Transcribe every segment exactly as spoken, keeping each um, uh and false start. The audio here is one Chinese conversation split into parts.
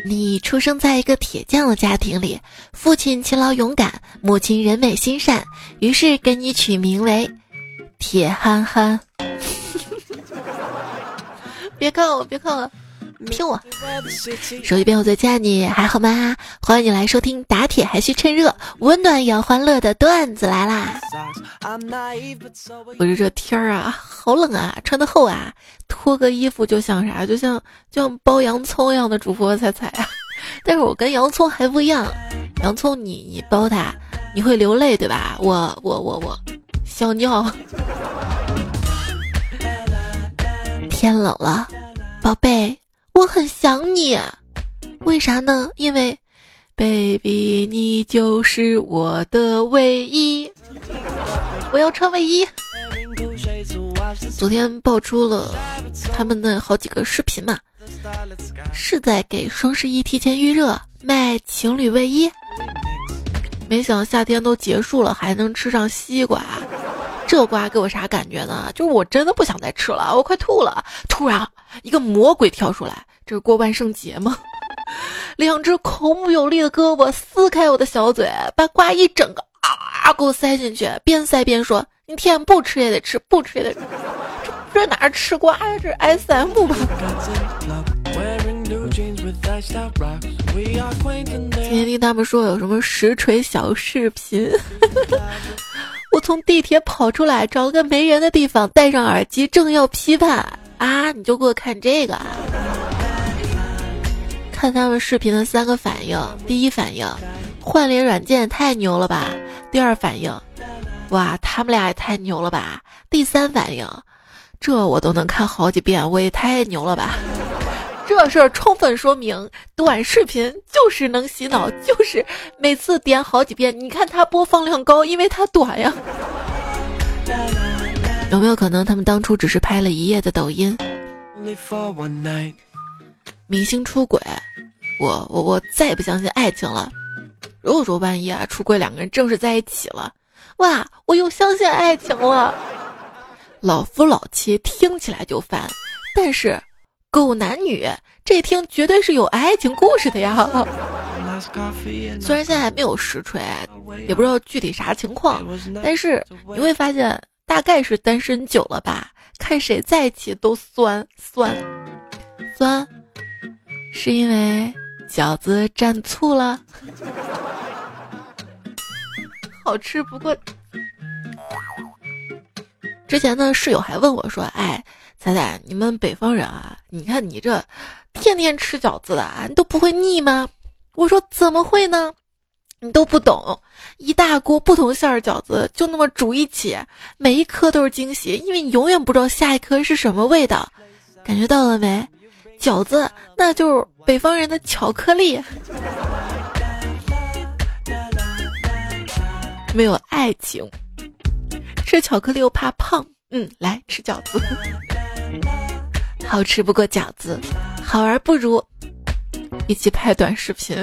你出生在一个铁匠的家庭里，父亲勤劳勇敢，母亲人美心善，于是给你取名为铁憨憨。别看我，别看我，听我。手机边我最亲爱的你还好吗？欢迎你来收听打铁还需趁热，温暖也要欢乐的段子来啦。我说这天儿啊好冷啊，穿得厚啊，脱个衣服就像啥，就像就像包洋葱一样的主播彩彩啊。但是我跟洋葱还不一样，洋葱你你包它你会流泪对吧？我我我我小尿。天冷了，宝贝，我很想你。为啥呢？因为 baby 你就是我的唯一。我要穿卫衣。昨天爆出了他们的好几个视频嘛，是在给双十一提前预热卖情侣卫衣。没想到夏天都结束了还能吃上西瓜，这瓜给我啥感觉呢？就是我真的不想再吃了，我快吐了。突然一个魔鬼跳出来，这是过万圣节吗？两只孔武有力的胳膊撕开我的小嘴，把瓜一整个啊给我塞进去，边塞边说：“你天不吃也得吃，不吃也得吃。”这这哪是吃瓜呀？这是 S M 吧？今天听他们说有什么实锤小视频。我从地铁跑出来，找了个没人的地方，戴上耳机，正要批判啊，你就给我看这个啊！看他们视频的三个反应：第一反应，换脸软件太牛了吧；第二反应，哇，他们俩也太牛了吧；第三反应，这我都能看好几遍，我也太牛了吧！这事儿充分说明，短视频就是能洗脑，就是每次点好几遍。你看它播放量高，因为它短呀。有没有可能他们当初只是拍了一夜的抖音？明星出轨，我我我再也不相信爱情了。如果说万一啊出轨两个人正式在一起了，哇，我又相信爱情了。老夫老妻听起来就烦，但是狗男女这听绝对是有爱情故事的呀。虽然现在还没有实锤，也不知道具体啥情况，但是你会发现大概是单身久了吧，看谁在一起都酸酸酸，是因为饺子蘸醋了。好吃不过。之前呢室友还问我说，哎彩彩，你们北方人啊，你看你这天天吃饺子的，你都不会腻吗？我说怎么会呢？你都不懂，一大锅不同馅儿饺子就那么煮一起，每一颗都是惊喜，因为你永远不知道下一颗是什么味道。感觉到了没？饺子那就是北方人的巧克力。没有爱情，吃巧克力又怕胖，嗯，来吃饺子。好吃不过饺子，好玩不如一起拍短视频。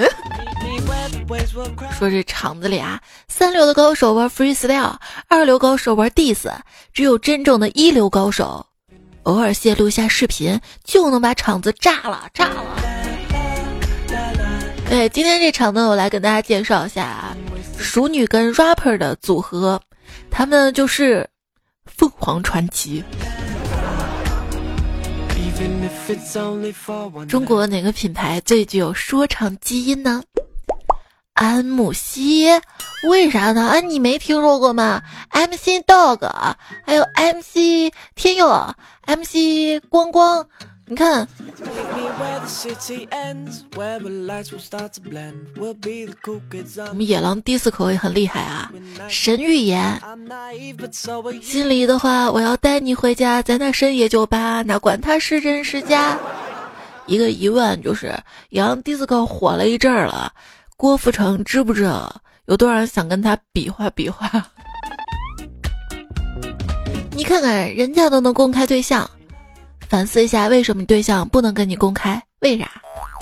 说这场子里啊，三流的高手玩 freestyle， 二流高手玩 diss， 只有真正的一流高手偶尔泄露一下视频就能把场子炸了炸了。对，今天这场呢，我来跟大家介绍一下熟女跟 rapper 的组合，他们就是凤凰传奇。中国哪个品牌最具有说唱基因呢？安慕希。为啥呢？啊，你没听说过吗？ M C Dog， 还有 M C 天佑， M C 光光，你看我们野狼disco也很厉害啊，神预言。心里的话，我要带你回家，在那深夜酒吧，哪管它是真是假。一个疑问就是，野狼 disco 火了一阵儿了，郭富城知不知道有多少人想跟他比划比划？你看看人家都能公开对象，反思一下为什么你对象不能跟你公开？为啥？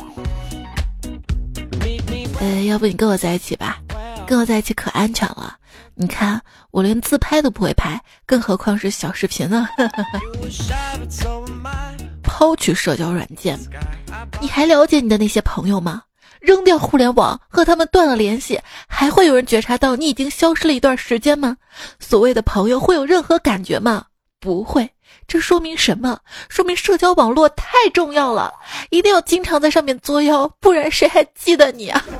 呃，要不你跟我在一起吧，跟我在一起可安全了。你看我连自拍都不会拍，更何况是小视频呢？ 抛去社交软件，你还了解你的那些朋友吗？扔掉互联网，和他们断了联系，还会有人觉察到你已经消失了一段时间吗？所谓的朋友会有任何感觉吗？不会。这说明什么？说明社交网络太重要了，一定要经常在上面作妖，不然谁还记得你啊？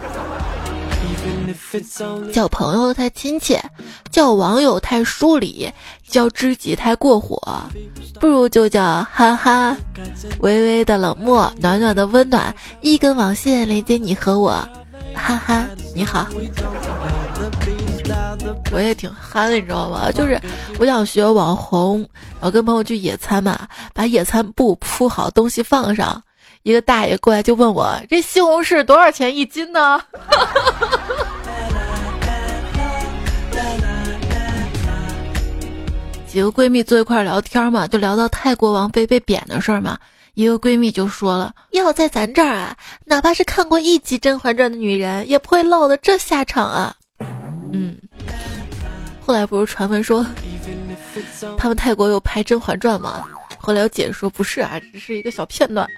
叫朋友太亲切，叫网友太疏离，叫知己太过火，不如就叫哈哈。微微的冷漠，暖暖的温暖，一根网线连接你和我，哈哈，你好。我也挺憨的，你知道吗？就是我想学网红，然后跟朋友去野餐嘛，把野餐布铺好，东西放上，一个大爷过来就问我，这西红柿多少钱一斤呢？几个闺蜜坐一块聊天嘛，就聊到泰国王妃被贬的事儿嘛。一个闺蜜就说了，要在咱这儿啊，哪怕是看过一集《甄嬛传》的女人，也不会落得这下场啊。嗯，后来不是传闻说他们泰国有拍《甄嬛传》吗？后来有解释说不是啊，只是一个小片段。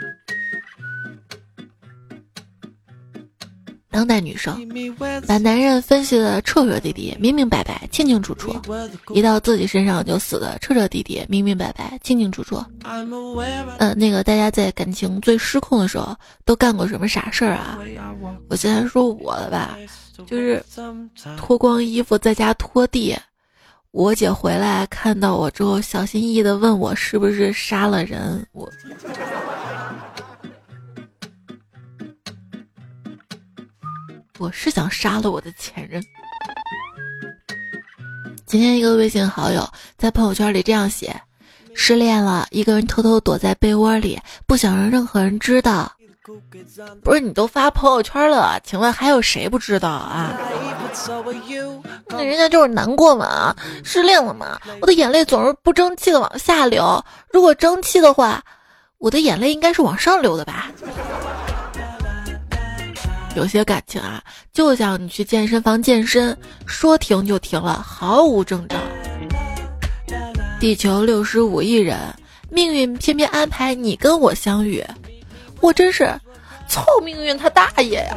当代女生把男人分析的彻彻底底、明明白白、清清楚楚，一到自己身上就死的彻彻底底、明明白白、清清楚楚。呃，那个大家在感情最失控的时候都干过什么傻事儿啊？我现在说我的吧，就是脱光衣服在家拖地。我姐回来看到我之后，小心翼翼地问我是不是杀了人。我。我是想杀了我的前任。今天一个微信好友在朋友圈里这样写，失恋了，一个人偷偷躲在被窝里，不想让任何人知道。不是你都发朋友圈了，请问还有谁不知道啊？那人家就是难过嘛，失恋了嘛，我的眼泪总是不争气的往下流，如果争气的话，我的眼泪应该是往上流的吧。有些感情啊，就像你去健身房健身，说停就停了，毫无征兆。地球六十五亿人，命运偏偏安排你跟我相遇，我真是凑命运他大爷呀！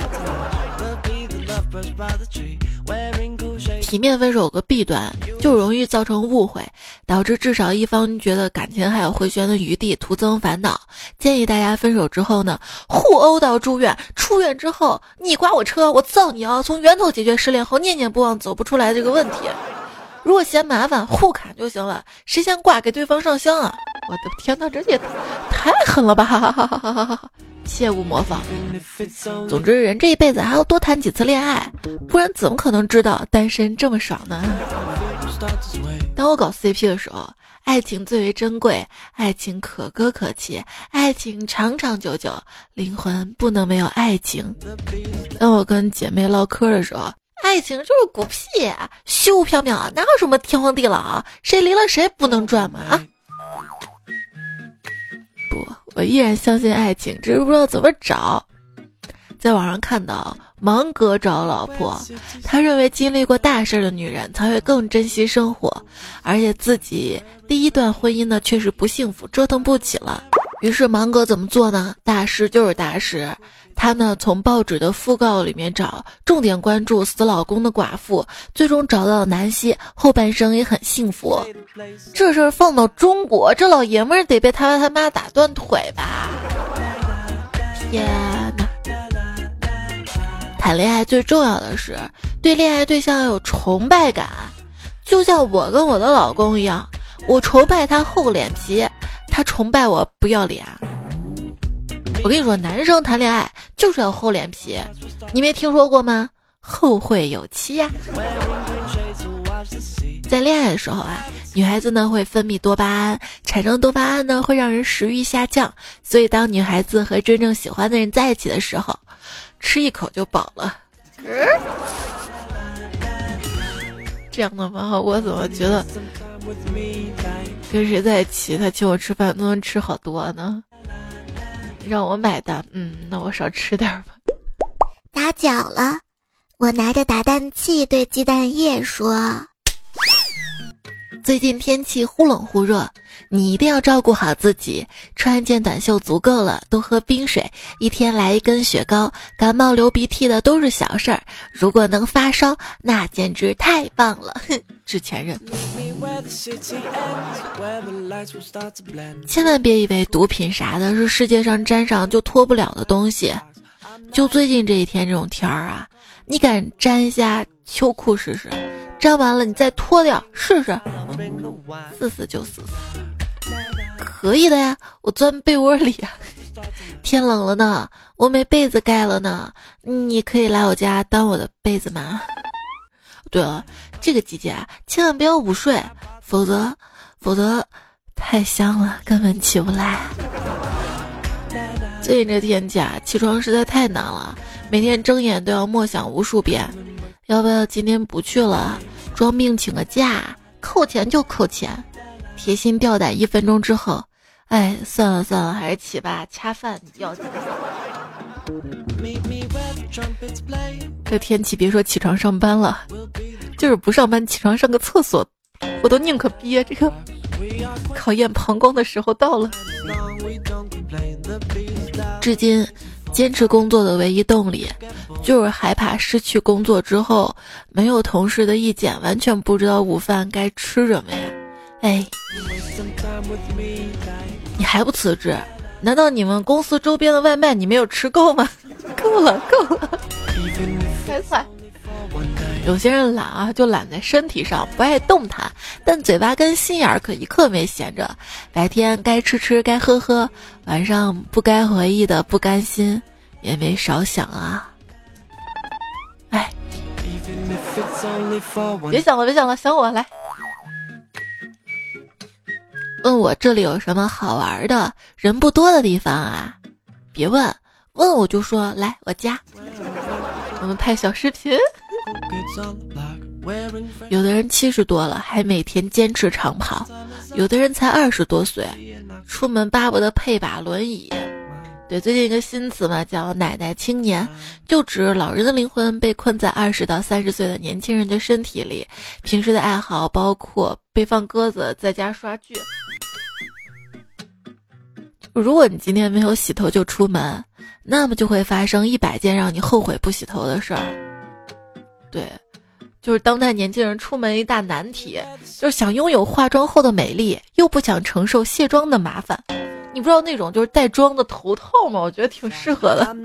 体面分手有个弊端，就容易造成误会，导致至少一方觉得感情还有回旋的余地，徒增烦恼。建议大家分手之后呢，互殴到住院，出院之后你刮我车，我造你谣，从源头解决失恋后念念不忘走不出来这个问题。如果嫌麻烦，互砍就行了，谁先挂给对方上香啊！我的天哪，这也太狠了吧！切勿模仿。总之，人这一辈子还要多谈几次恋爱，不然怎么可能知道单身这么爽呢？当我搞 C P 的时候，爱情最为珍贵，爱情可歌可泣，爱情长长久久，灵魂不能没有爱情。当我跟姐妹唠嗑的时候，爱情就是狗屁，虚无缥缈，哪有什么天荒地老，谁离了谁不能转嘛啊！不，我依然相信爱情，只是不知道怎么找。在网上看到芒格找老婆，他认为经历过大事的女人才会更珍惜生活，而且自己第一段婚姻呢确实不幸福，折腾不起了。于是芒格怎么做呢？大事就是大事，他呢从报纸的讣告里面找，重点关注死老公的寡妇，最终找到南希，后半生也很幸福。这事儿放到中国，这老爷们儿得被他爸他妈打断腿吧！天哪！谈恋爱最重要的是对恋爱对象要有崇拜感，就像我跟我的老公一样，我崇拜他厚脸皮，他崇拜我不要脸。我跟你说，男生谈恋爱就是要厚脸皮，你没听说过吗？后会有期呀、啊。在恋爱的时候啊，女孩子呢会分泌多巴胺，产生多巴胺呢会让人食欲下降，所以当女孩子和真正喜欢的人在一起的时候，吃一口就饱了。嗯、这样的话，我怎么觉得跟谁在一起，他请我吃饭都能吃好多呢？让我买单，嗯，那我少吃点吧。 打搅了，我拿着打蛋器对鸡蛋液说：“ 最近天气忽冷忽热，你一定要照顾好自己，穿一件短袖足够了，多喝冰水，一天来一根雪糕，感冒流鼻涕的都是小事儿，如果能发烧，那简直太棒了。致前任。千万别以为毒品啥的是世界上沾上就脱不了的东西，就最近这一天这种天儿啊，你敢沾一下秋裤试试，沾完了你再脱掉试试，死死就死死。可以的呀，我钻被窝里啊。天冷了呢，我没被子盖了呢，你可以来我家当我的被子吗？对了，这个季节啊，千万不要午睡，否则否则太香了，根本起不来。最近这天气啊，起床实在太难了，每天睁眼都要默想无数遍，要不要今天不去了，装病请个假，扣钱就扣钱。贴心吊胆一分钟之后，哎，算了算了，还是起吧，恰饭要紧。这天气别说起床上班了，就是不上班起床上个厕所我都宁可憋。这个考验膀胱的时候到了。至今坚持工作的唯一动力就是害怕失去工作之后没有同事的意见，完全不知道午饭该吃什么呀。哎，你还不辞职？难道你们公司周边的外卖你没有吃够吗？够了够了，太惨。有些人懒啊，就懒在身体上，不爱动弹，但嘴巴跟心眼儿可一刻没闲着。白天该吃吃该喝喝，晚上不该回忆的不甘心也没少想啊。哎，别想了别想了，想我来。问我这里有什么好玩的人不多的地方啊？别问，问我就说来我家，我们拍小视频。有的人七十多了还每天坚持长跑，有的人才二十多岁，出门巴不得配把轮椅。对，最近一个新词嘛，叫奶奶青年，就指老人的灵魂被困在二十到三十岁的年轻人的身体里，平时的爱好包括背放鸽子，在家刷剧。如果你今天没有洗头就出门，那么就会发生一百件让你后悔不洗头的事儿。对，就是当代年轻人出门一大难题，就是想拥有化妆后的美丽，又不想承受卸妆的麻烦。你不知道那种就是带妆的头套吗？我觉得挺适合的。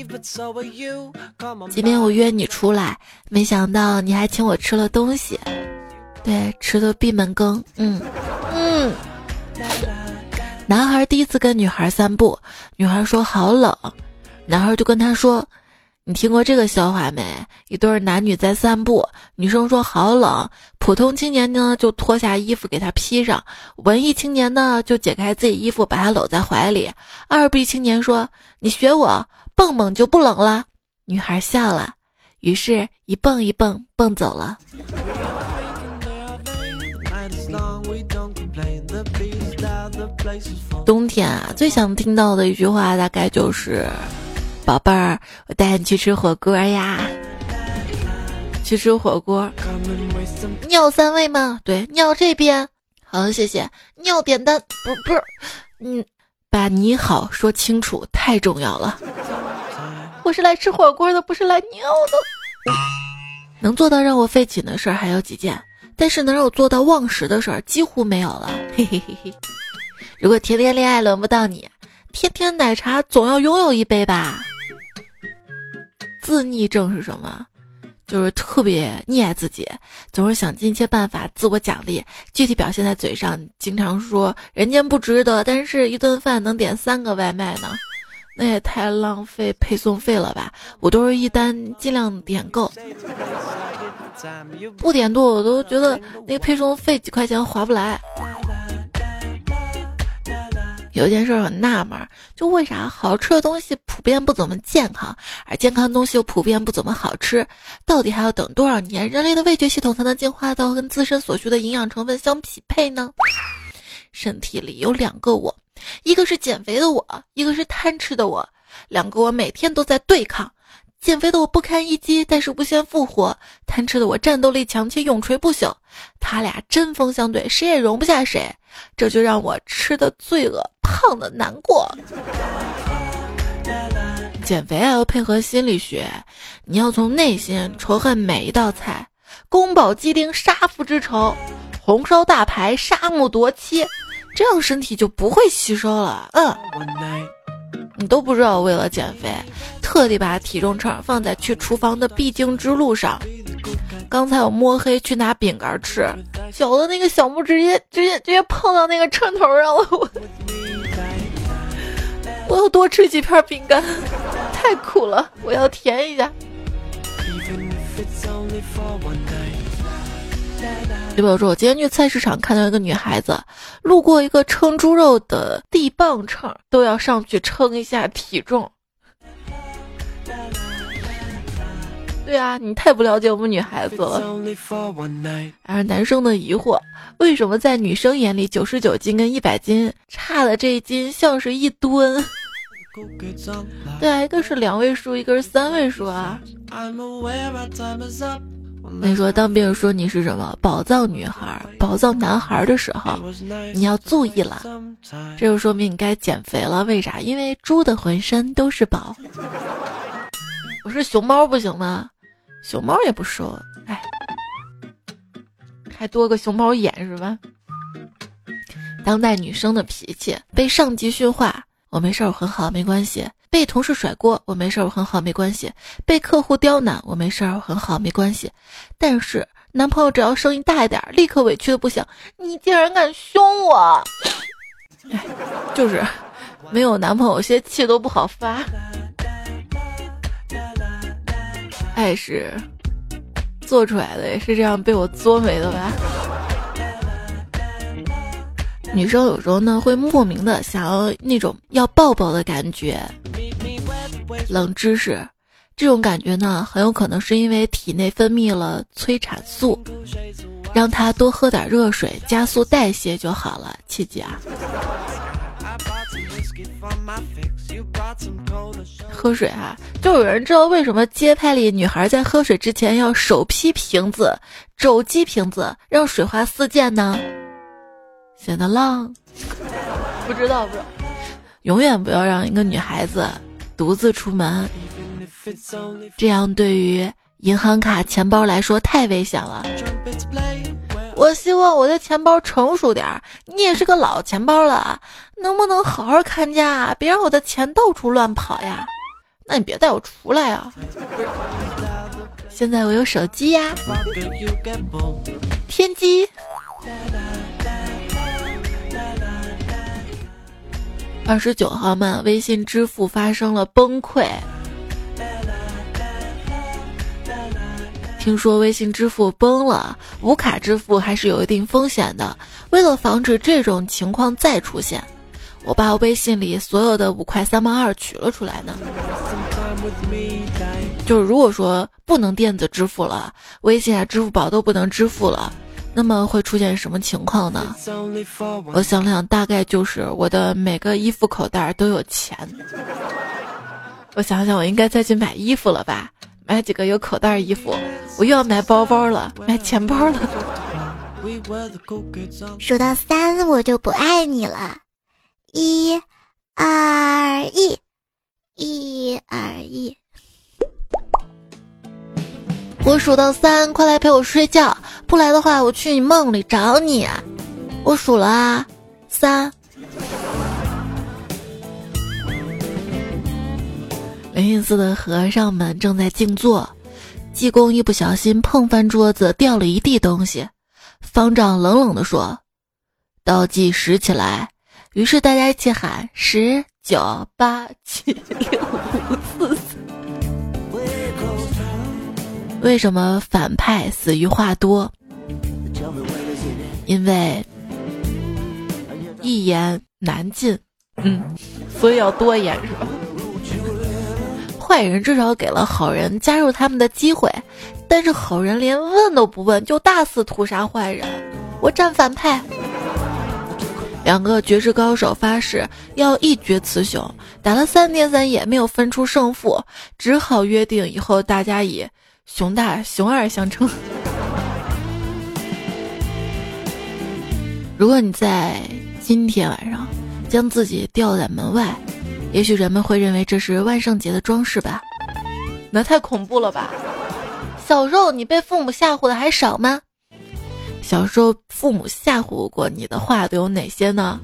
今天我约你出来，没想到你还请我吃了东西。对，吃的闭门羹。嗯嗯。男孩第一次跟女孩散步，女孩说好冷，男孩就跟她说，你听过这个笑话没？一对男女在散步，女生说好冷，普通青年呢就脱下衣服给她披上，文艺青年呢就解开自己衣服把她搂在怀里。二逼青年说，你学我蹦蹦就不冷了。女孩笑了，于是一蹦一蹦蹦走了。冬天啊，最想听到的一句话大概就是，宝贝儿，我带你去吃火锅呀。去吃火锅，尿三位吗？对，尿这边。好，谢谢。尿点单，不不是，嗯，把你好说清楚太重要了。我是来吃火锅的，不是来尿的。能做到让我废寝的事儿还有几件，但是能让我做到忘食的事儿几乎没有了。嘿嘿嘿嘿。如果天天恋爱轮不到你，天天奶茶总要拥有一杯吧。自溺症是什么？就是特别溺爱自己，总是想尽一切办法自我奖励，具体表现在嘴上经常说人间不值得，但是一顿饭能点三个外卖呢，那也太浪费配送费了吧。我都是一单尽量点够，不点多我都觉得那个配送费几块钱划不来。有一件事很纳闷，就为啥好吃的东西普遍不怎么健康，而健康的东西又普遍不怎么好吃？到底还要等多少年，人类的味觉系统才能进化到跟自身所需的营养成分相匹配呢？身体里有两个我，一个是减肥的我，一个是贪吃的我，两个我每天都在对抗。 减肥的我不堪一击，但是无限复活；贪吃的我战斗力强且永垂不朽。他俩针锋相对，谁也容不下谁，这就让我吃的罪恶，胖的难过。减肥啊要配合心理学，你要从内心仇恨每一道菜，宫保鸡丁杀父之仇，红烧大排杀母夺妻，这样身体就不会吸收了。嗯，你都不知道，为了减肥特地把体重秤放在去厨房的必经之路上。刚才我摸黑去拿饼干吃，小的那个小拇直接直接直接碰到那个秤头上了，我我要多吃几片饼干，太苦了，我要甜一下。就比如说我今天去菜市场看到一个女孩子路过一个称猪肉的地磅秤，都要上去称一下体重。对啊，你太不了解我们女孩子了。而男生的疑惑，为什么在女生眼里九十九斤跟一百斤差的这一斤像是一吨？对啊，一个是两位数，一个是三位数啊。那你说当别人说你是什么宝藏女孩、宝藏男孩的时候，你要注意了，这就说明你该减肥了。为啥？因为猪的浑身都是宝。我是熊猫不行吗？熊猫也不瘦，哎，还多个熊猫眼是吧？当代女生的脾气，被上级训话，我没事我很好没关系；被同事甩锅，我没事我很好没关系；被客户刁难，我没事我很好没关系。但是男朋友只要声音大一点，立刻委屈的不行，你竟然敢凶我！哎，就是没有男朋友，些气都不好发。爱是做出来的，也是这样被我作没的吧。女生有时候呢会莫名的想要那种要抱抱的感觉。冷知识，这种感觉呢很有可能是因为体内分泌了催产素，让它多喝点热水加速代谢就好了，切记啊。喝水啊，就有人知道为什么街拍里女孩在喝水之前要手劈瓶子肘击瓶子让水花四溅呢？显得浪。不知道不知道。永远不要让一个女孩子独自出门，这样对于银行卡钱包来说太危险了。我希望我的钱包成熟点儿，你也是个老钱包了，能不能好好看家啊？别让我的钱到处乱跑呀！那你别带我出来啊！现在我有手机呀，天机。二十九号们，微信支付发生了崩溃。听说微信支付崩了，无卡支付还是有一定风险的。为了防止这种情况再出现，我把微信里所有的五块三毛二取了出来呢。就是如果说不能电子支付了，微信啊、支付宝都不能支付了，那么会出现什么情况呢？我想想，大概就是我的每个衣服口袋都有钱。我想想，我应该再去买衣服了吧？买几个有口袋衣服，我又要买包包了，买钱包了。 数到三我就不爱你了，一、二、一，一、二、一。 我数到三，快来陪我睡觉，不来的话，我去你梦里找你。我数了啊，三。灵隐寺的和尚们正在静坐，济公一不小心碰翻桌子，掉了一地东西。方丈冷冷地说：“倒计时起来。”于是大家一起喊：十、九、八、七、六、五、四、三。为什么反派死于话多？因为一言难尽，嗯，所以要多言是吧？坏人至少给了好人加入他们的机会，但是好人连问都不问就大肆屠杀坏人，我站反派。 两个绝世高手发誓要一决雌雄，打了三天三夜没有分出胜负，只好约定以后大家以熊大熊二相称。如果你在今天晚上将自己吊在门外，也许人们会认为这是万圣节的装饰吧。那太恐怖了吧。小时候你被父母吓唬的还少吗？小时候父母吓唬过你的话都有哪些呢？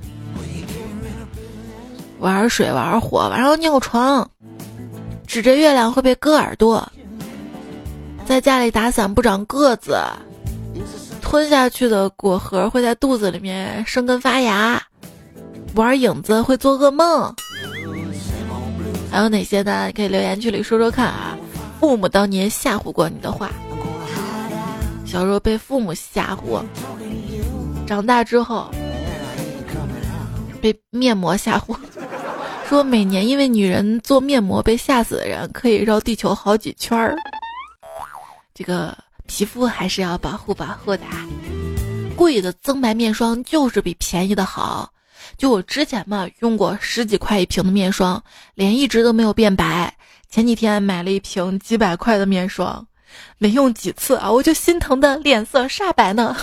玩水玩火，然后尿床，指着月亮会被割耳朵，在家里打伞不长个子，吞下去的果核会在肚子里面生根发芽，玩影子会做噩梦。还有哪些呢？你可以留言区里说说看啊。父母当年吓唬过你的话，小时候被父母吓唬，长大之后被面膜吓唬，说每年因为女人做面膜被吓死的人可以绕地球好几圈儿。这个皮肤还是要保护保护的啊。贵的增白面霜就是比便宜的好。就我之前嘛用过十几块一瓶的面霜，脸一直都没有变白。前几天买了一瓶几百块的面霜，没用几次啊，我就心疼的脸色煞白呢。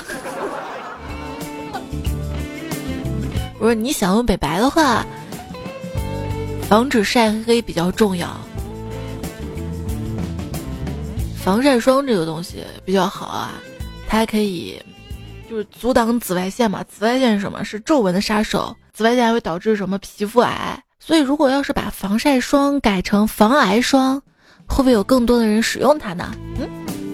我说你想用美白的话，防止晒黑比较重要。防晒霜这个东西比较好啊，它还可以就是阻挡紫外线嘛。紫外线是什么？是皱纹的杀手。紫外线还会导致什么皮肤癌。所以如果要是把防晒霜改成防癌霜，会不会有更多的人使用它呢？嗯，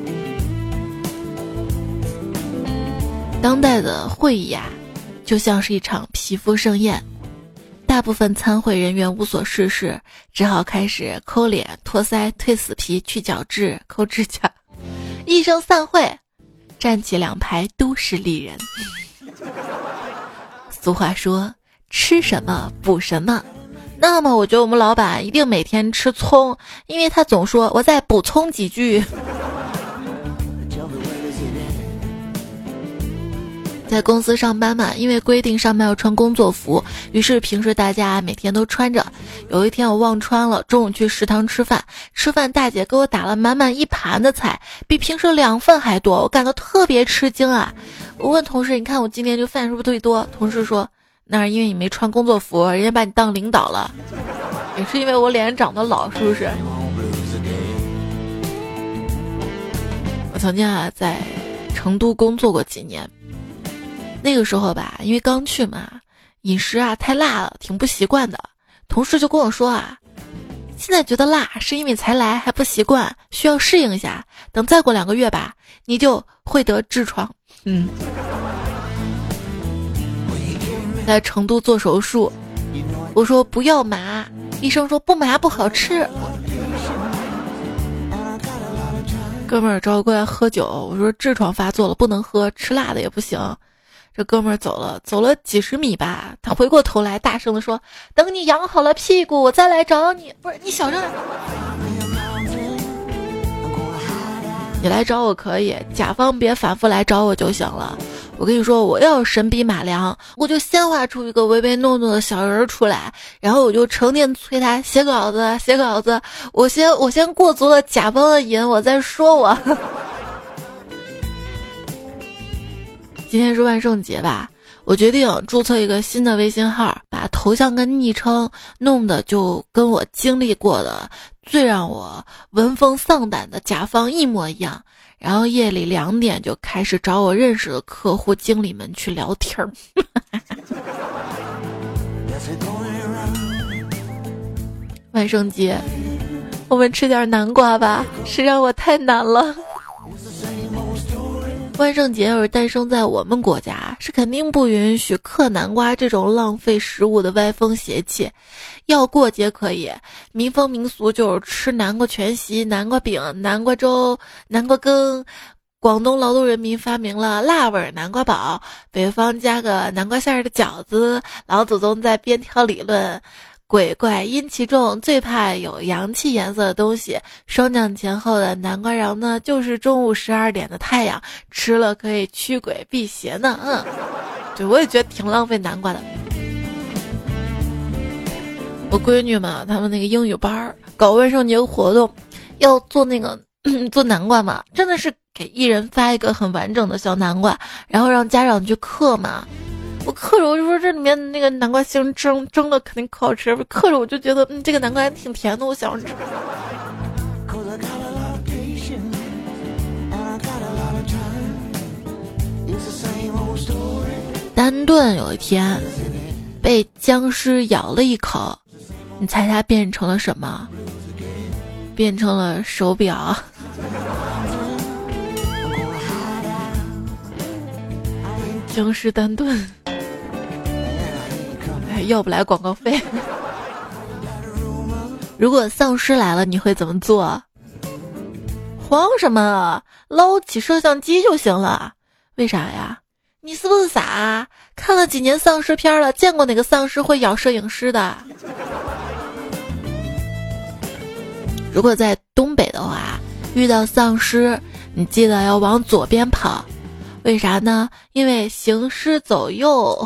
当代的会议啊，就像是一场皮肤盛宴，大部分参会人员无所事事，只好开始抠脸、脱腮、褪死皮、去角质、抠指甲。一声散会，站起两排都是丽人。俗话说，吃什么补什么。那么我觉得我们老板一定每天吃葱，因为他总说我再补充几句。在公司上班嘛，因为规定上班要穿工作服，于是平时大家每天都穿着。有一天我忘穿了，中午去食堂吃饭，吃饭大姐给我打了满满一盘的菜，比平时两份还多，我感到特别吃惊啊！我问同事，你看我今天这饭是不是特别多？同事说，那是因为你没穿工作服，人家把你当领导了。也是因为我脸长得老，是不是？我曾经啊在成都工作过几年，那个时候吧，因为刚去嘛，饮食啊太辣了，挺不习惯的。同事就跟我说啊，现在觉得辣是因为才来还不习惯，需要适应一下，等再过两个月吧，你就会得痔疮。嗯。在成都做手术，我说不要麻，医生说不麻不好吃。哥们儿找我过来喝酒，我说痔疮发作了不能喝，吃辣的也不行。这哥们儿走了，走了几十米吧，他回过头来大声地说，等你养好了屁股我再来找你。不是，你小声点，你来找我可以，甲方别反复来找我就行了。我跟你说，我要神笔马良，我就先画出一个唯唯诺诺的小人出来，然后我就成天催他写稿子写稿子，我先我先过足了甲方的瘾，我再说我。今天是万圣节吧，我决定注册一个新的微信号，把头像跟昵称弄得就跟我经历过的最让我闻风丧胆的甲方一模一样，然后夜里两点就开始找我认识的客户经理们去聊天儿。万圣节，我们吃点南瓜吧，谁让我太难了。万圣节要是诞生在我们国家，是肯定不允许嗑南瓜这种浪费食物的歪风邪气。要过节可以，民风民俗就是吃南瓜全席、南瓜饼、南瓜粥、南瓜羹。广东劳动人民发明了辣味南瓜煲，北方加个南瓜馅儿的饺子。老祖宗在边挑理论，鬼怪阴气重，最怕有阳气颜色的东西。霜降前后的南瓜瓤呢，就是中午十二点的太阳，吃了可以驱鬼辟邪呢。嗯，对，我也觉得挺浪费南瓜的。 我闺女嘛，他们那个英语班搞万圣节活动，要做那个做南瓜嘛，真的是给一人发一个很完整的小南瓜，然后让家长去嗑嘛。我嗑着我就说这里面那个南瓜芯蒸蒸的肯定可好吃，嗑着我就觉得嗯这个南瓜还挺甜的，我想吃。丹顿有一天被僵尸咬了一口，你猜它变成了什么？变成了手表。僵尸丹顿，哎，要不来广告费。如果丧尸来了，你会怎么做？慌什么啊？捞起摄像机就行了。为啥呀？你是不是傻啊？看了几年丧尸片了，见过哪个丧尸会咬摄影师的？如果在东北的话，遇到丧尸，你记得要往左边跑。为啥呢？因为行尸走肉。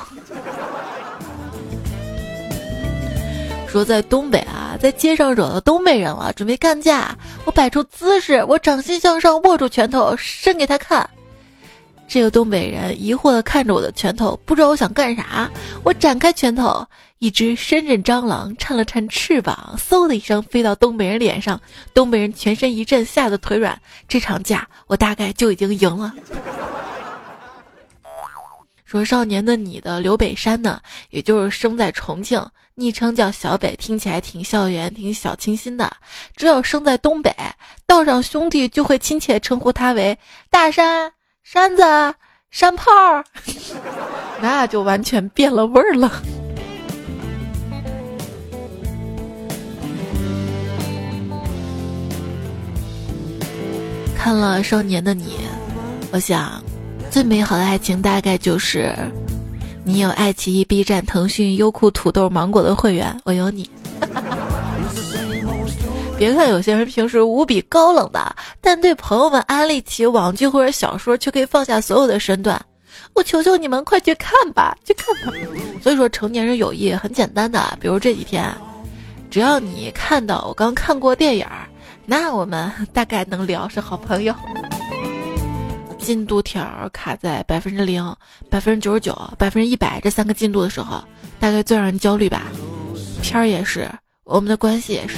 说在东北啊，在街上惹到东北人了，准备干架，我摆出姿势，我掌心向上握住拳头伸给他看。这个东北人疑惑地看着我的拳头，不知道我想干啥。我展开拳头，一只深圳蟑螂颤了颤翅膀，嗖的一声飞到东北人脸上，东北人全身一震，吓得腿软。这场架我大概就已经赢了。说少年的你的刘北山呢，也就是生在重庆，昵称叫小北，听起来挺校园挺小清新的。只有生在东北，道上兄弟就会亲切称呼他为大山、山子、山炮，那就完全变了味儿了。看了少年的你，我想最美好的爱情大概就是你有爱奇艺、B 站、腾讯、优酷、土豆、芒果的会员，我有你。别看有些人平时无比高冷的，但对朋友们安利起网剧或者小说却可以放下所有的身段。我求求你们快去看吧，去看吧。所以说成年人友谊很简单的，比如这几天，只要你看到我刚看过电影，那我们大概能聊是好朋友。进度条卡在百分之零、百分之九十九、百分之一百这三个进度的时候，大概最让人焦虑吧。片儿也是，我们的关系也是。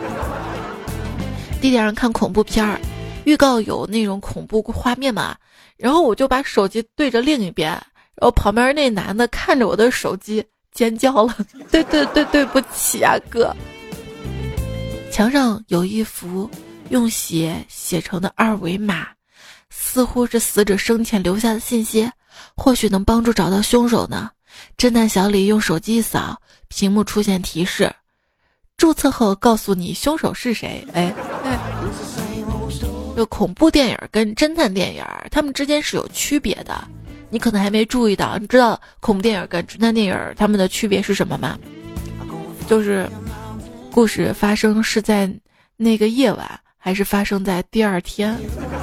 地铁上看恐怖片儿，预告有那种恐怖画面嘛，然后我就把手机对着另一边，然后旁边那男的看着我的手机尖叫了，对对对，对不起啊哥。墙上有一幅用血写成的二维码，似乎是死者生前留下的信息，或许能帮助找到凶手呢。侦探小李用手机一扫，屏幕出现提示，注册后告诉你凶手是谁。哎哎，这恐怖电影跟侦探电影他们之间是有区别的，你可能还没注意到。你知道恐怖电影跟侦探电影他们的区别是什么吗？就是故事发生是在那个夜晚，还是发生在第二天。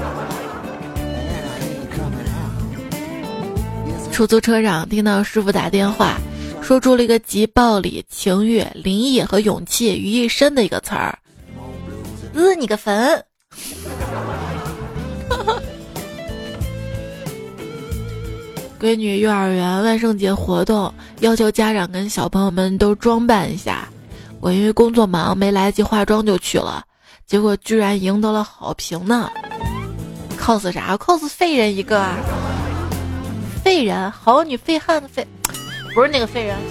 出租车上听到师傅打电话，说出了一个集暴力、情欲、灵异和勇气于一身的一个词儿。呃，你个坟！闺女幼儿园万圣节活动，要求家长跟小朋友们都装扮一下。我因为工作忙没来得及化妆就去了，结果居然赢得了好评呢。cos 啥 cos 废人一个啊，废人好女废汉的废，不是那个废人。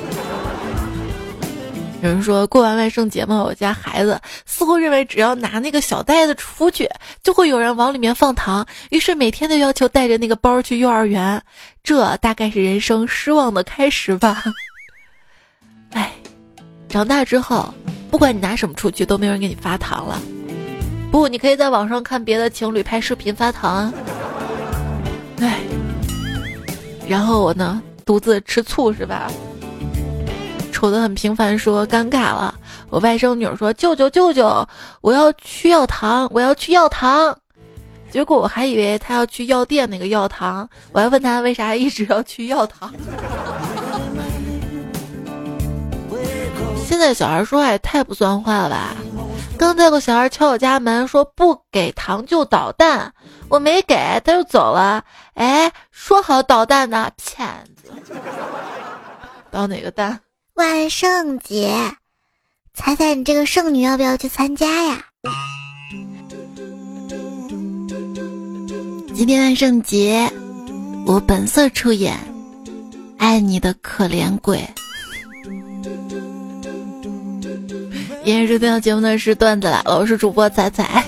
有人说过完万圣节嘛，我家孩子似乎认为只要拿那个小袋子出去，就会有人往里面放糖，于是每天都要求带着那个包去幼儿园，这大概是人生失望的开始吧。哎，长大之后不管你拿什么出去都没有人给你发糖了。不，你可以在网上看别的情侣拍视频发糖啊。哎，然后我呢独自吃醋是吧？瞅得很平凡，说尴尬了。我外甥女说舅舅舅舅，我要去要糖，我要去要糖。结果我还以为他要去药店那个药糖，我还问他为啥一直要去药糖。 现在小孩说话也太不算话了吧？刚才有个小孩敲我家门，说不给糖就捣蛋，我没给，他就走了。哎，说好捣蛋的，骗子！捣哪个蛋？ 万圣节，猜猜你这个圣女要不要去参加呀？今天万圣节，我本色出演，爱你的可怜鬼。今天收听到节目的是段子来了，我是主播彩彩。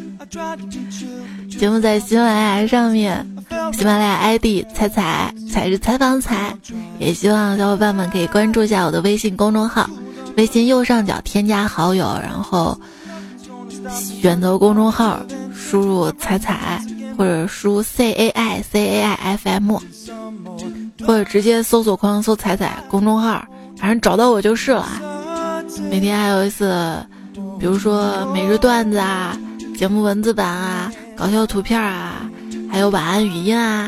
节目在喜马拉雅上面，喜马拉雅 I D 彩彩，彩是采访彩。也希望小伙伴们可以关注一下我的微信公众号，微信右上角添加好友，然后选择公众号，输入彩彩或者输 C A I C A I F M， 或者直接搜索框搜彩彩公众号，反正找到我就是了。每天还有一次，比如说每日段子啊、节目文字版啊、搞笑图片啊，还有晚安语音啊。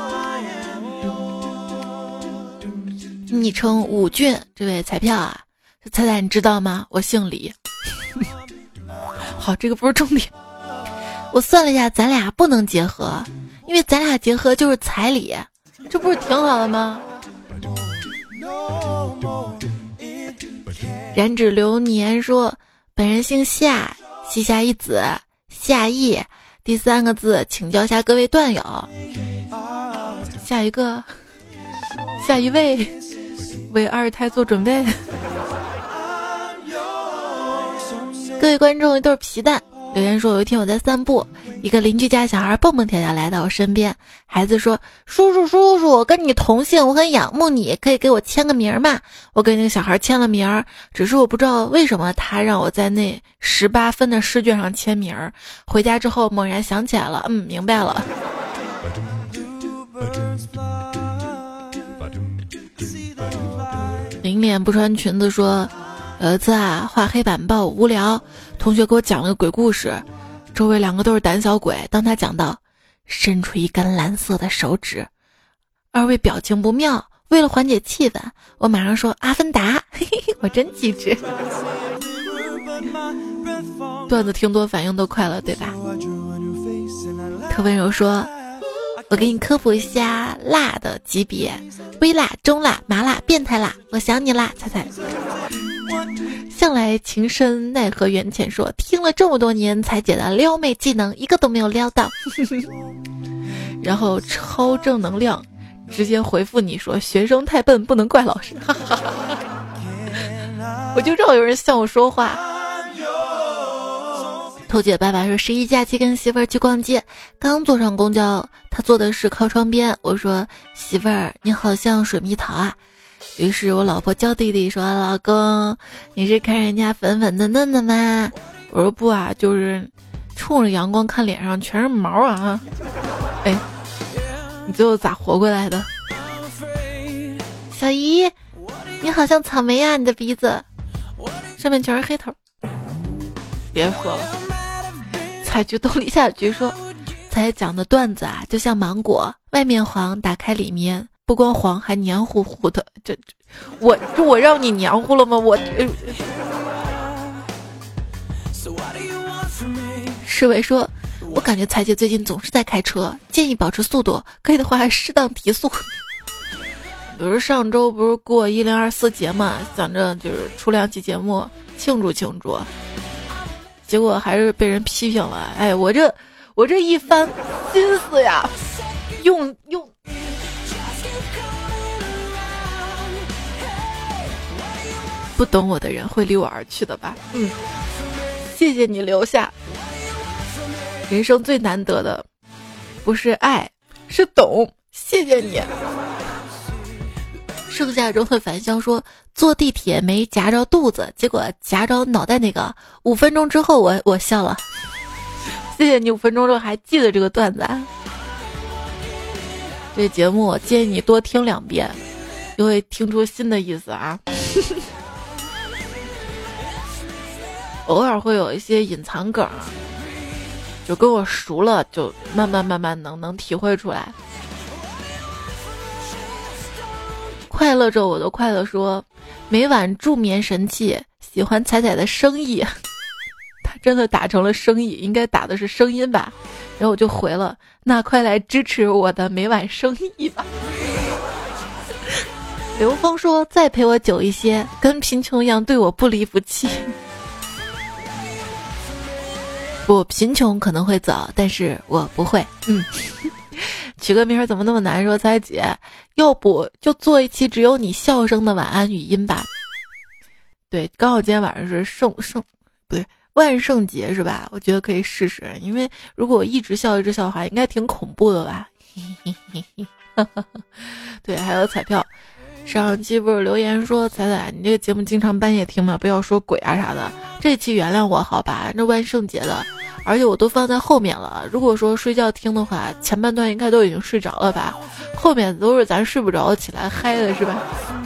昵称武俊这位彩票啊，彩彩你知道吗？我姓李。好，这个不是重点。我算了一下，咱俩不能结合，因为咱俩结合就是彩礼，这不是挺好的吗？染指流年说，本人姓夏，膝下一子，夏意。第三个字，请教下各位段友。下一个，下一位，为二胎做准备。各位观众，一对皮蛋留言说，有一天我在散步，一个邻居家小孩蹦蹦跳跳来到我身边，孩子说，叔叔叔叔，我跟你同姓，我很仰慕你，可以给我签个名吗？我给那个小孩签了名，只是我不知道为什么他让我在那十八分的试卷上签名。回家之后猛然想起来了，嗯，明白了。零脸不穿裙子说，有一次啊，画黑板报无聊，同学给我讲了个鬼故事，周围两个都是胆小鬼。当他讲到伸出一根蓝色的手指，二位表情不妙，为了缓解气氛，我马上说阿凡达，嘿嘿，我真机智。段子听多反应都快了，对吧？特温柔说，我给你科普一下辣的级别，微辣、中辣、麻辣、变态辣，我想你啦，猜猜。向来情深奈何缘浅说，听了这么多年才解的撩妹技能，一个都没有撩到。然后超正能量直接回复你说，学生太笨不能怪老师。我就知道有人向我说话。头姐爸爸说，十一假期跟媳妇儿去逛街，刚坐上公交，他坐的是靠窗边，我说，媳妇儿你好像水蜜桃啊。于是我老婆娇弟弟说，老公你是看人家粉粉嫩嫩的吗？我说不啊，就是冲着阳光看脸上全是毛啊。哎，你最后咋活过来的？小姨你好像草莓啊，你的鼻子上面全是黑头。别说了，采菊东篱下菊说，才讲的段子啊，就像芒果，外面黄，打开里面不光黄还黏糊糊的。这我这我让你黏糊了吗？我侍卫说，我感觉彩姐最近总是在开车，建议保持速度，可以的话适当提速。比如上周不是过一零二四节嘛，想着就是出两期节目庆祝庆祝，结果还是被人批评了。哎，我这我这一番心思呀，用用不懂我的人会离我而去的吧。嗯，谢谢你留下。人生最难得的不是爱，是懂。谢谢你。盛夏中的返乡说，坐地铁没夹着肚子，结果夹着脑袋那个，五分钟之后我我笑了。谢谢你五分钟之后还记得这个段子啊。这节目我建议你多听两遍，就会听出新的意思啊。偶尔会有一些隐藏梗，就跟我熟了，就慢慢慢慢能能体会出来。 快乐着我的快乐说，每晚助眠神器，喜欢彩彩的声音。他真的打成了声音，应该打的是声音吧。然后我就回了，那快来支持我的每晚生意吧。刘峰说，再陪我久一些，跟贫穷一样对我不离不弃。不，贫穷可能会走，但是我不会。嗯，取个名儿怎么那么难说？彩姐，要不就做一期只有你笑声的晚安语音吧？对，刚好今天晚上是圣圣，不对，万圣节是吧？我觉得可以试试，因为如果我一直笑一直笑的话，应该挺恐怖的吧？对，还有彩票。上期不是留言说彩彩你这个节目经常半夜听嘛，不要说鬼啊啥的，这期原谅我好吧，那万圣节的，而且我都放在后面了，如果说睡觉听的话，前半段应该都已经睡着了吧，后面都是咱睡不着起来嗨的是吧。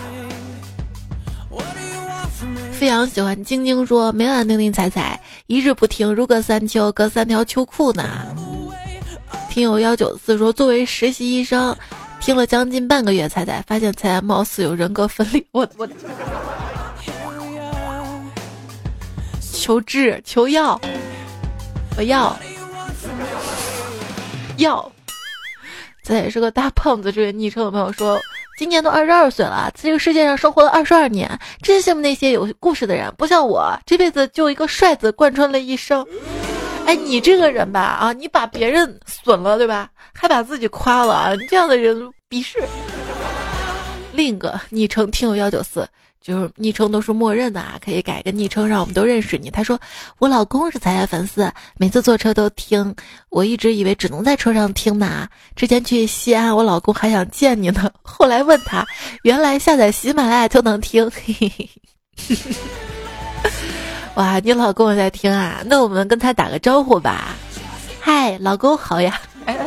飞扬喜欢晶晶说，每晚叮叮彩彩一日不听如隔三秋，隔三条秋裤呢。听友幺九四说，作为实习医生听了将近半个月，彩彩发现彩彩貌似有人格分裂。我我求治求药，我要要。彩彩是个大胖子，这位昵称的朋友说，今年都二十二岁了，在这个世界上生活了二十二年，真羡慕那些有故事的人，不像我这辈子就一个帅字贯穿了一生。哎，你这个人吧，啊，你把别人损了，对吧？还把自己夸了啊，你这样的人鄙视。另一个昵称听友幺九四，就是昵称都是默认的啊，可以改个昵称让我们都认识你。他说，我老公是彩彩粉丝，每次坐车都听，我一直以为只能在车上听呢。之前去西安，我老公还想见你呢，后来问他，原来下载喜马拉雅就能听。嘿嘿嘿。哇，你老公在听啊？那我们跟他打个招呼吧。嗨，老公好呀。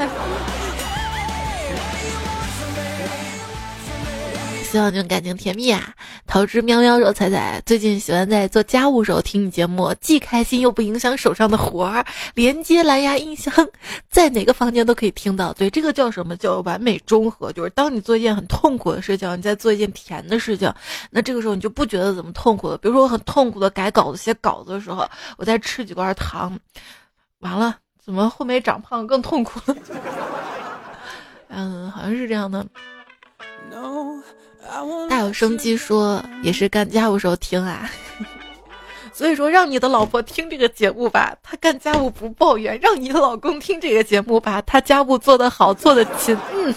希望你们感情甜蜜啊！桃之喵喵说，彩彩最近喜欢在做家务时候听你节目，既开心又不影响手上的活儿，连接蓝牙音箱，在哪个房间都可以听到。对，这个叫什么？叫完美中和。就是当你做一件很痛苦的事情，你在做一件甜的事情，那这个时候你就不觉得怎么痛苦了。比如说我很痛苦的改稿子、写稿子的时候，我在吃几罐糖，完了，怎么后面长胖更痛苦了？嗯，好像是这样的。大有生机说，也是干家务时候听啊。所以说让你的老婆听这个节目吧，她干家务不抱怨，让你的老公听这个节目吧，他家务做得好，做得勤。嗯。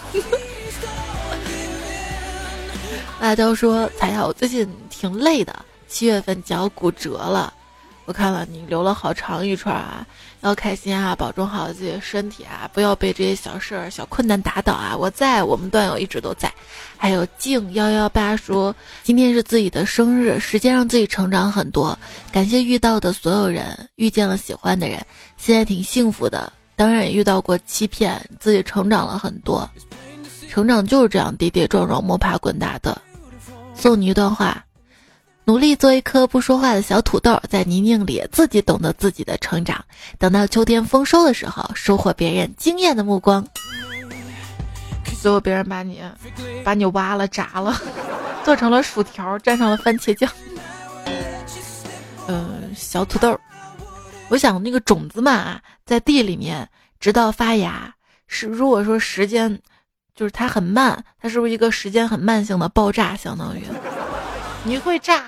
辣椒说，彩彩我最近挺累的，七月份脚骨折了，我看了你留了好长一串啊，要开心啊，保重好自己的身体啊，不要被这些小事儿、小困难打倒啊！我在，我们段友一直都在。还有静幺幺八说，今天是自己的生日，时间让自己成长很多，感谢遇到的所有人，遇见了喜欢的人，现在挺幸福的。当然也遇到过欺骗，自己成长了很多。成长就是这样跌跌撞撞、摸爬滚打的。送你一段话。努力做一颗不说话的小土豆，在泥泞里自己懂得自己的成长，等到秋天丰收的时候，收获别人惊艳的目光。最后别人把你把你挖了炸了，做成了薯条，蘸上了番茄酱。嗯，小土豆，我想那个种子嘛，在地里面直到发芽，是如果说时间就是它很慢，它是不是一个时间很慢性的爆炸，相当于你会炸。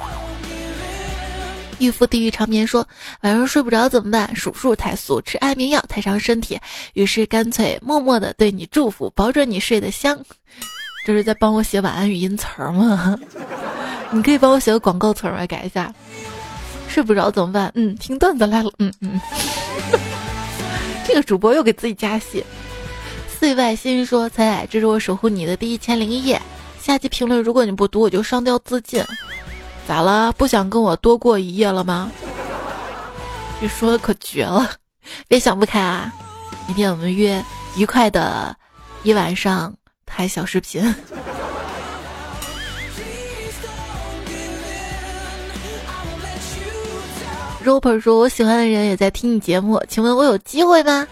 御夫地狱长眠说，晚上睡不着怎么办？数数太素，吃安眠药太伤身体，于是干脆默默的对你祝福，保准你睡得香。这是在帮我写晚安语音词儿吗？你可以帮我写个广告词儿来改一下。睡不着怎么办？嗯，听段子来了。嗯嗯。这个主播又给自己加戏。四外心说，彩彩，这是我守护你的第一千零一夜。下期评论如果你不读，我就上吊自尽。咋了？不想跟我多过一夜了吗？你说的可绝了，别想不开啊！明天我们约愉快的一晚上拍小视频。Roper 说，我喜欢的人也在听你节目，请问我有机会吗？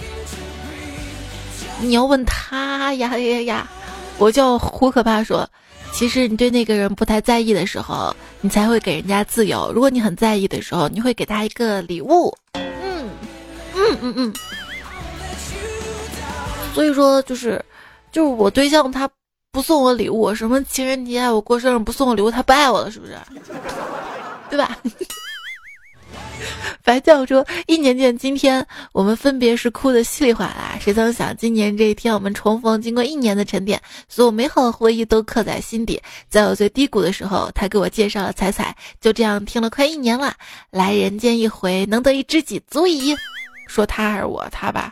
你要问他呀呀呀！我叫胡可怕说， 其实你对那个人不太在意的时候，你才会给人家自由；如果你很在意的时候，你会给他一个礼物。嗯嗯嗯嗯。所以说，就是就是我对象他不送我礼物，什么情人节我过生日不送我礼物，他不爱我了，是不是？对吧？白酱说一年见今天我们分别是哭的稀里哗啦，谁曾想今年这一天我们重逢，经过一年的沉淀，所有美好的回忆都刻在心底。在我最低谷的时候，他给我介绍了彩彩，就这样听了快一年了，来人间一回，能得一知己足矣。说他还是我他吧。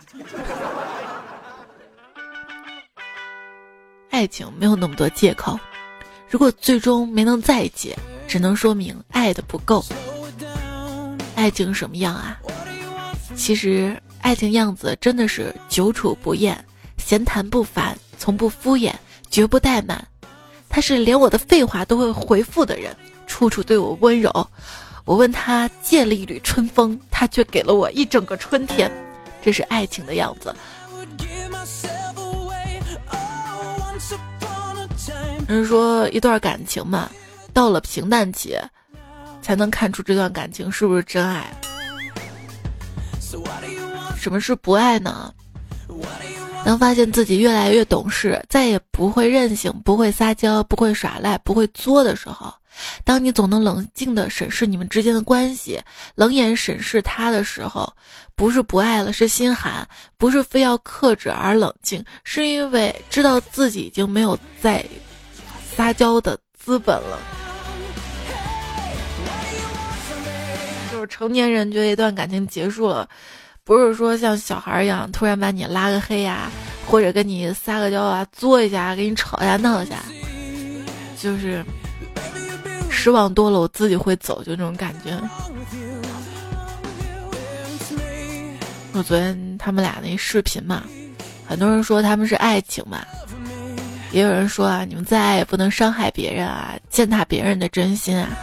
爱情没有那么多借口，如果最终没能在一起，只能说明爱的不够。爱情什么样啊？其实爱情样子真的是久处不厌，闲谈不烦，从不敷衍，绝不怠慢。他是连我的废话都会回复的人，处处对我温柔。我问他借了一缕春风，他却给了我一整个春天。这是爱情的样子。人说一段感情嘛，到了平淡期才能看出这段感情是不是真爱。什么是不爱呢？当发现自己越来越懂事，再也不会任性，不会撒娇，不会耍赖，不会作的时候，当你总能冷静地审视你们之间的关系，冷眼审视他的时候，不是不爱了，是心寒，不是非要克制而冷静，是因为知道自己已经没有再撒娇的资本了。就是成年人觉得一段感情结束了，不是说像小孩一样突然把你拉个黑呀，或者跟你撒个娇啊，作一下，跟你吵一下闹一下，就是失望多了我自己会走，就那种感觉。我昨天他们俩那视频嘛，很多人说他们是爱情嘛，也有人说啊，你们再爱也不能伤害别人啊，践踏别人的真心啊。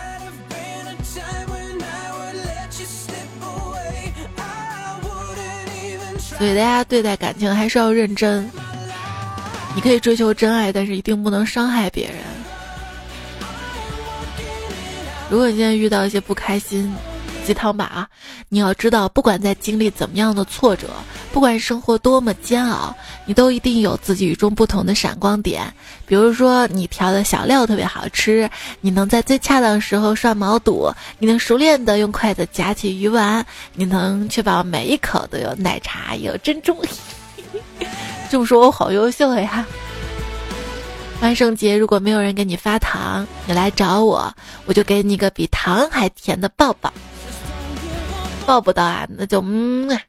所以大家对待感情还是要认真，你可以追求真爱，但是一定不能伤害别人。如果你现在遇到一些不开心，鸡汤吧啊，你要知道，不管在经历怎么样的挫折，不管生活多么煎熬，你都一定有自己与众不同的闪光点。比如说你调的小料特别好吃，你能在最恰当时候涮毛肚，你能熟练的用筷子夹起鱼丸，你能确保每一口都有奶茶有珍珠。这么说我好优秀呀。万圣节如果没有人给你发糖，你来找我，我就给你个比糖还甜的抱抱。抱不到啊，那就嗯啊。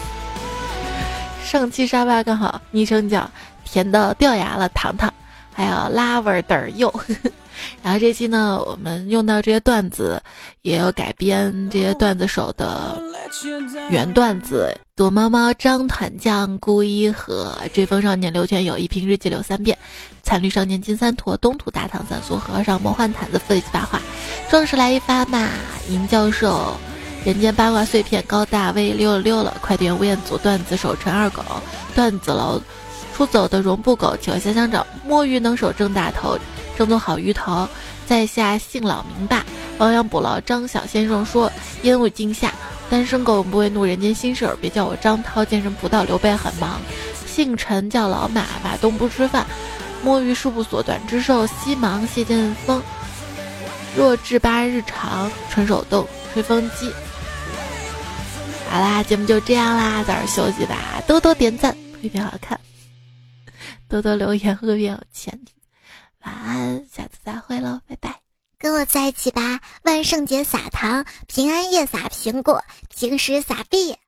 上期沙发刚好昵称叫甜到掉牙了糖糖，还有拉味儿柚。然后这期呢，我们用到这些段子，也有改编这些段子手的原段子。躲猫猫张团将顾一和追风少年刘全友一瓶日记柳三遍，惨绿少年金三坨东土大唐三苏和尚魔幻毯子负一七八话，壮士来一发嘛，银教授人间八卦碎片高大威溜了溜了，快点吴彦祖段子手陈二狗段子楼出走的绒布狗企鹅香香掌摸鱼能手郑大头正宗好鱼头在下姓老名霸亡羊补牢张小先生说烟雾惊吓单身狗不会怒人间心事儿，别叫我张涛，健身不到刘备很忙。姓陈叫老马，马东不吃饭，摸鱼事务所短之寿，西忙谢剑锋，若至八日长，纯手动吹风机。好啦，节目就这样啦，早点休息吧，多多点赞会变好看，多多留言会变有钱。晚安，下次再会喽，拜拜。 跟我在一起吧，万圣节撒糖，平安夜撒苹果，平时撒币。